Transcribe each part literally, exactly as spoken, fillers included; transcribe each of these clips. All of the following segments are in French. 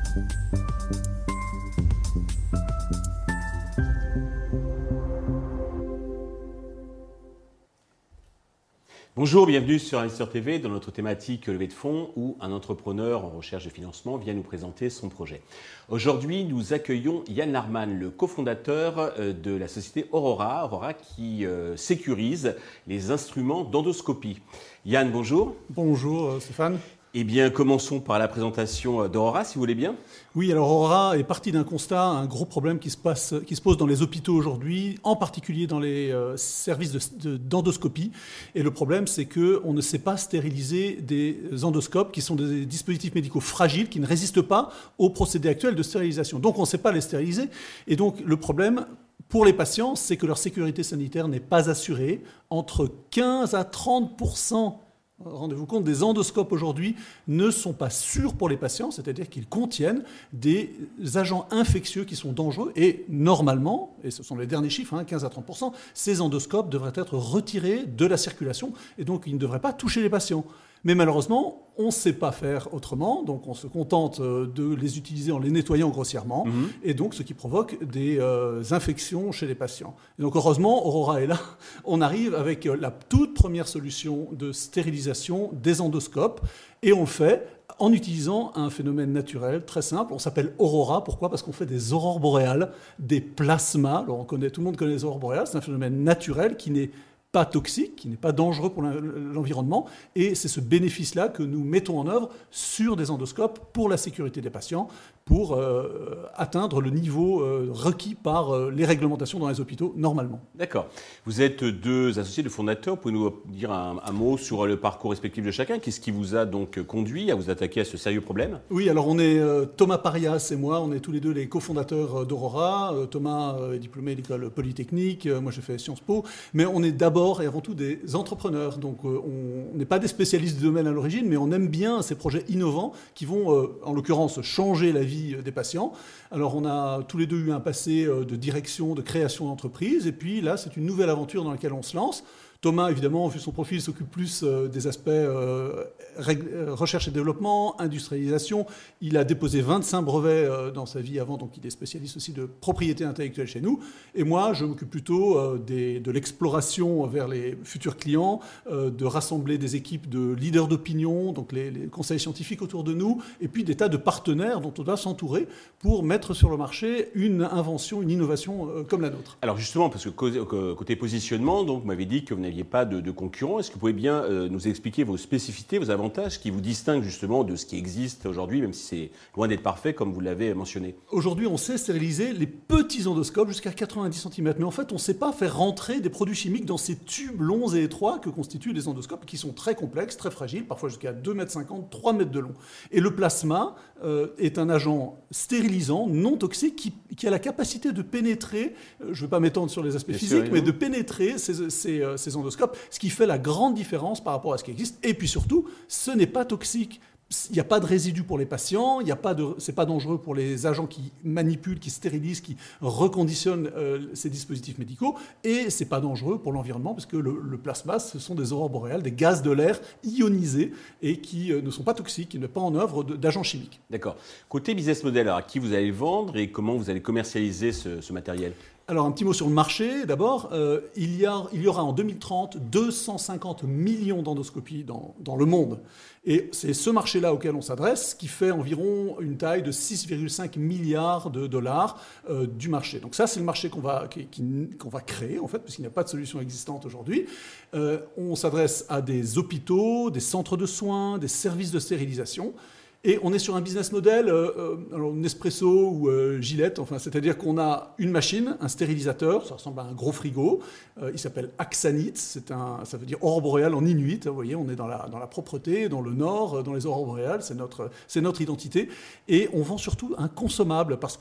Bonjour, bienvenue sur Investisseur T V dans notre thématique levée de fonds où un entrepreneur en recherche de financement vient nous présenter son projet. Aujourd'hui, nous accueillons Yann Larman, le cofondateur de la société Aurora, Aurora qui euh, sécurise les instruments d'endoscopie. Yann, bonjour. Bonjour Stéphane. Eh bien, commençons par la présentation d'Aurora, si vous voulez bien. Oui, alors Aurora est parti d'un constat, un gros problème qui se, passe, qui se pose dans les hôpitaux aujourd'hui, en particulier dans les euh, services de, de, d'endoscopie. Et le problème, c'est qu'on ne sait pas stériliser des endoscopes, qui sont des dispositifs médicaux fragiles, qui ne résistent pas aux procédés actuels de stérilisation. Donc, on ne sait pas les stériliser. Et donc, le problème pour les patients, c'est que leur sécurité sanitaire n'est pas assurée. Entre quinze à trente pour cent rendez-vous compte, des endoscopes aujourd'hui ne sont pas sûrs pour les patients, c'est-à-dire qu'ils contiennent des agents infectieux qui sont dangereux et normalement, et ce sont les derniers chiffres, hein, quinze à trente pour cent, ces endoscopes devraient être retirés de la circulation et donc ils ne devraient pas toucher les patients. Mais malheureusement, on ne sait pas faire autrement, donc on se contente de les utiliser en les nettoyant grossièrement, mmh. et donc ce qui provoque des euh, infections chez les patients. Et donc heureusement, Aurora est là, on arrive avec la toute première solution de stérilisation des endoscopes, et on le fait en utilisant un phénomène naturel très simple. On s'appelle Aurora, pourquoi ? Parce qu'on fait des aurores boréales, des plasmas. Alors on connaît, tout le monde connaît les aurores boréales, c'est un phénomène naturel qui n'est pas toxique, qui n'est pas dangereux pour l'environnement. Et c'est ce bénéfice-là que nous mettons en œuvre sur des endoscopes pour la sécurité des patients, pour euh, atteindre le niveau euh, requis par euh, les réglementations dans les hôpitaux normalement. D'accord. Vous êtes deux associés, deux fondateurs. Pouvez-nous dire un, un mot sur le parcours respectif de chacun ? Qu'est-ce qui vous a donc conduit à vous attaquer à ce sérieux problème ? Oui, alors on est euh, Thomas Parias et moi, on est tous les deux les cofondateurs d'Aurora. Euh, Thomas euh, est diplômé de l'école polytechnique, euh, moi j'ai fait Sciences Po, mais on est d'abord et avant tout des entrepreneurs. Donc euh, on n'est pas des spécialistes du domaine à l'origine, mais on aime bien ces projets innovants qui vont, euh, en l'occurrence, changer la vie des patients. Alors on a tous les deux eu un passé de direction, de création d'entreprise, et puis là c'est une nouvelle aventure dans laquelle on se lance. Thomas, évidemment, vu son profil, s'occupe plus euh, des aspects euh, règle, euh, recherche et développement, industrialisation. Il a déposé vingt-cinq brevets euh, dans sa vie avant, donc il est spécialiste aussi de propriété intellectuelle chez nous. Et moi, je m'occupe plutôt euh, des, de l'exploration vers les futurs clients, euh, de rassembler des équipes de leaders d'opinion, donc les, les conseils scientifiques autour de nous, et puis des tas de partenaires dont on doit s'entourer pour mettre sur le marché une invention, une innovation euh, comme la nôtre. Alors justement, parce que côté positionnement, donc, vous m'avez dit que vous n'aviez pas de, de concurrents. Est-ce que vous pouvez bien euh, nous expliquer vos spécificités, vos avantages qui vous distinguent justement de ce qui existe aujourd'hui, même si c'est loin d'être parfait, comme vous l'avez mentionné ? Aujourd'hui, on sait stériliser les petits endoscopes jusqu'à quatre-vingt-dix centimètres. Mais en fait, on ne sait pas faire rentrer des produits chimiques dans ces tubes longs et étroits que constituent les endoscopes, qui sont très complexes, très fragiles, parfois jusqu'à deux mètres cinquante, trois mètres de long. Et le plasma euh, est un agent stérilisant, non toxique, qui, qui a la capacité de pénétrer, euh, je ne vais pas m'étendre sur les aspects Bien physiques, sûr, mais de pénétrer ces, ces, euh, ces endoscopes, ce qui fait la grande différence par rapport à ce qui existe. Et puis surtout, ce n'est pas toxique. Il n'y a pas de résidus pour les patients, il y a pas de, c'est pas dangereux pour les agents qui manipulent, qui stérilisent, qui reconditionnent euh, ces dispositifs médicaux, et c'est pas dangereux pour l'environnement parce que le, le plasma, ce sont des aurores boréales, des gaz de l'air ionisés et qui euh, ne sont pas toxiques, qui ne sont pas en œuvre de, d'agents chimiques. D'accord. Côté business model, alors à qui vous allez le vendre et comment vous allez commercialiser ce, ce matériel ? Alors, un petit mot sur le marché, d'abord. Euh, il, y a, il y aura en deux mille trente deux cent cinquante millions d'endoscopies dans, dans le monde. Et c'est ce marché-là auquel on s'adresse qui fait environ une taille de six virgule cinq milliards de dollars euh, du marché. Donc ça, c'est le marché qu'on va, qui, qui, qu'on va créer, en fait, parce qu'il n'y a pas de solution existante aujourd'hui. Euh, on s'adresse à des hôpitaux, des centres de soins, des services de stérilisation. Et on est sur un business model, euh, alors Nespresso ou euh, Gillette, enfin, c'est-à-dire qu'on a une machine, un stérilisateur, ça ressemble à un gros frigo, euh, il s'appelle Axanit, c'est un, ça veut dire aurore boréale en inuit, vous voyez, on est dans la, dans la propreté, dans le nord, dans les aurores boréales, c'est notre, c'est notre identité. Et on vend surtout un consommable, parce que,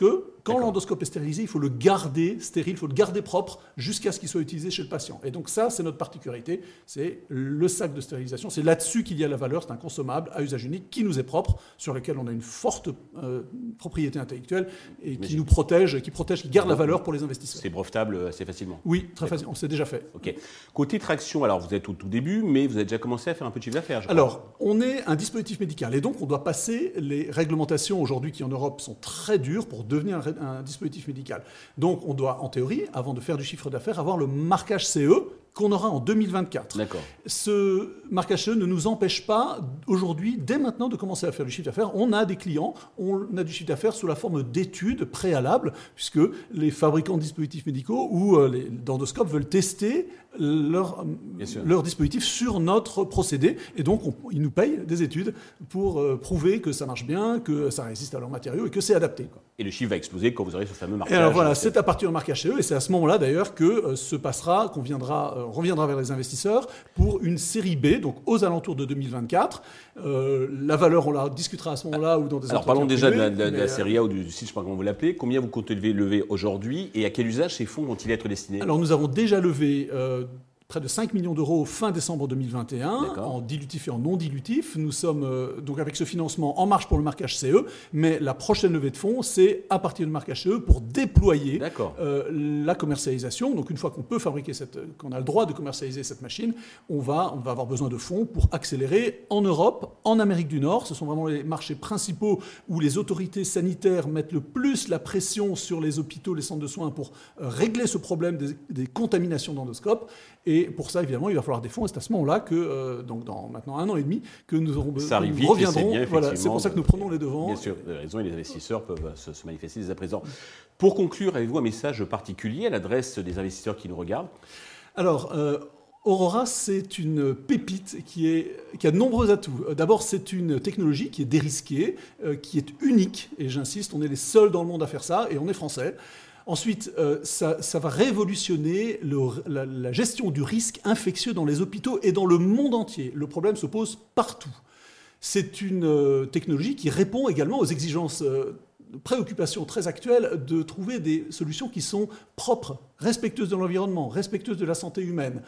Quand D'accord. l'endoscope est stérilisé, il faut le garder stérile, il faut le garder propre jusqu'à ce qu'il soit utilisé chez le patient. Et donc ça, c'est notre particularité, c'est le sac de stérilisation. C'est là-dessus qu'il y a la valeur, c'est un consommable à usage unique qui nous est propre, sur lequel on a une forte euh, propriété intellectuelle et qui nous protège, qui protège, qui garde la valeur pour les investisseurs. C'est brevetable assez facilement. Oui, très facile, on s'est déjà fait. Ok. Côté traction, alors vous êtes au tout début, mais vous avez déjà commencé à faire un peu de chiffre d'affaires, je crois. Alors, on est un dispositif médical et donc on doit passer les réglementations aujourd'hui qui en Europe sont très dures pour devenir un, un dispositif médical. Donc on doit, en théorie, avant de faire du chiffre d'affaires, avoir le marquage C E qu'on aura en deux mille vingt-quatre. D'accord. Ce marquage C E ne nous empêche pas aujourd'hui, dès maintenant, de commencer à faire du chiffre d'affaires. On a des clients, on a du chiffre d'affaires sous la forme d'études préalables, puisque les fabricants de dispositifs médicaux ou euh, les endoscopes veulent tester leur, leur dispositif sur notre procédé. Et donc, on, ils nous payent des études pour euh, prouver que ça marche bien, que ça résiste à leurs matériaux et que c'est adapté, quoi. Et le chiffre va exploser quand vous aurez ce fameux marquage. Et alors voilà, c'est à partir du marquage C E, et c'est à ce moment-là d'ailleurs que euh, se passera, qu'on viendra, euh, reviendra vers les investisseurs pour une série B, donc aux alentours de deux mille vingt-quatre. Euh, la valeur, on la discutera à ce moment-là ou dans des Alors parlons déjà privés, de la, de, mais, de la série A ou du site, je ne sais pas comment vous l'appelez. Combien vous comptez lever, lever aujourd'hui et à quel usage ces fonds vont-ils être destinés? Alors nous avons déjà levé euh, près de cinq millions d'euros fin décembre deux mille vingt et un, D'accord. en dilutif et en non dilutif. Nous sommes euh, donc avec ce financement en marche pour le marquage C E, mais la prochaine levée de fonds, c'est à partir du marquage C E pour déployer euh, la commercialisation. Donc une fois qu'on peut fabriquer cette, qu'on a le droit de commercialiser cette machine, on va, on va avoir besoin de fonds pour accélérer en Europe, en Amérique du Nord. Ce sont vraiment les marchés principaux où les autorités sanitaires mettent le plus la pression sur les hôpitaux, les centres de soins pour euh, régler ce problème des, des contaminations d'endoscopes. Et pour ça, évidemment, il va falloir des fonds. Et c'est à ce moment-là que, euh, donc dans maintenant un an et demi, que nous aurons ça arrive nous vite, reviendrons. C'est bien, voilà, c'est pour ça que nous prenons les devants. Bien sûr, vous avez raison, et les investisseurs peuvent se, se manifester dès à présent. Pour conclure, avez-vous un message particulier à l'adresse des investisseurs qui nous regardent? Alors, euh, Aurora, c'est une pépite qui, est, qui a de nombreux atouts. D'abord, c'est une technologie qui est dérisquée, euh, qui est unique. Et j'insiste, on est les seuls dans le monde à faire ça, et on est français. Ensuite, euh, ça, ça va révolutionner le, la, la gestion du risque infectieux dans les hôpitaux et dans le monde entier. Le problème se pose partout. C'est une euh, technologie qui répond également aux exigences, euh, préoccupations très actuelles de trouver des solutions qui sont propres, respectueuses de l'environnement, respectueuses de la santé humaine.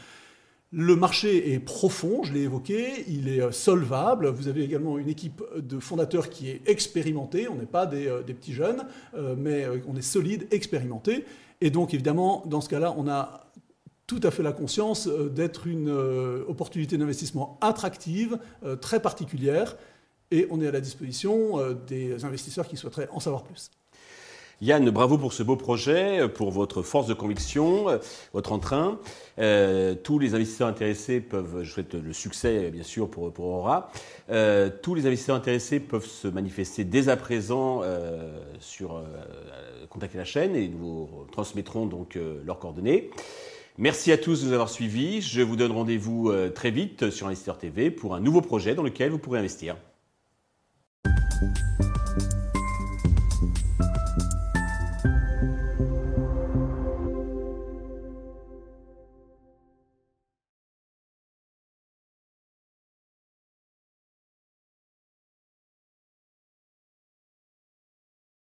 Le marché est profond, je l'ai évoqué, il est solvable. Vous avez également une équipe de fondateurs qui est expérimentée. On n'est pas des, des petits jeunes, euh, mais on est solide, expérimenté. Et donc, évidemment, dans ce cas-là, on a tout à fait la conscience d'être une euh, opportunité d'investissement attractive, euh, très particulière. Et on est à la disposition euh, des investisseurs qui souhaiteraient en savoir plus. Yann, bravo pour ce beau projet, pour votre force de conviction, votre entrain. Euh, tous les investisseurs intéressés peuvent, je souhaite le succès bien sûr pour, pour Aurora, euh, tous les investisseurs intéressés peuvent se manifester dès à présent euh, sur euh, contacter la chaîne et nous vous transmettrons donc euh, leurs coordonnées. Merci à tous de nous avoir suivis. Je vous donne rendez-vous euh, très vite sur Investisseur T V pour un nouveau projet dans lequel vous pourrez investir.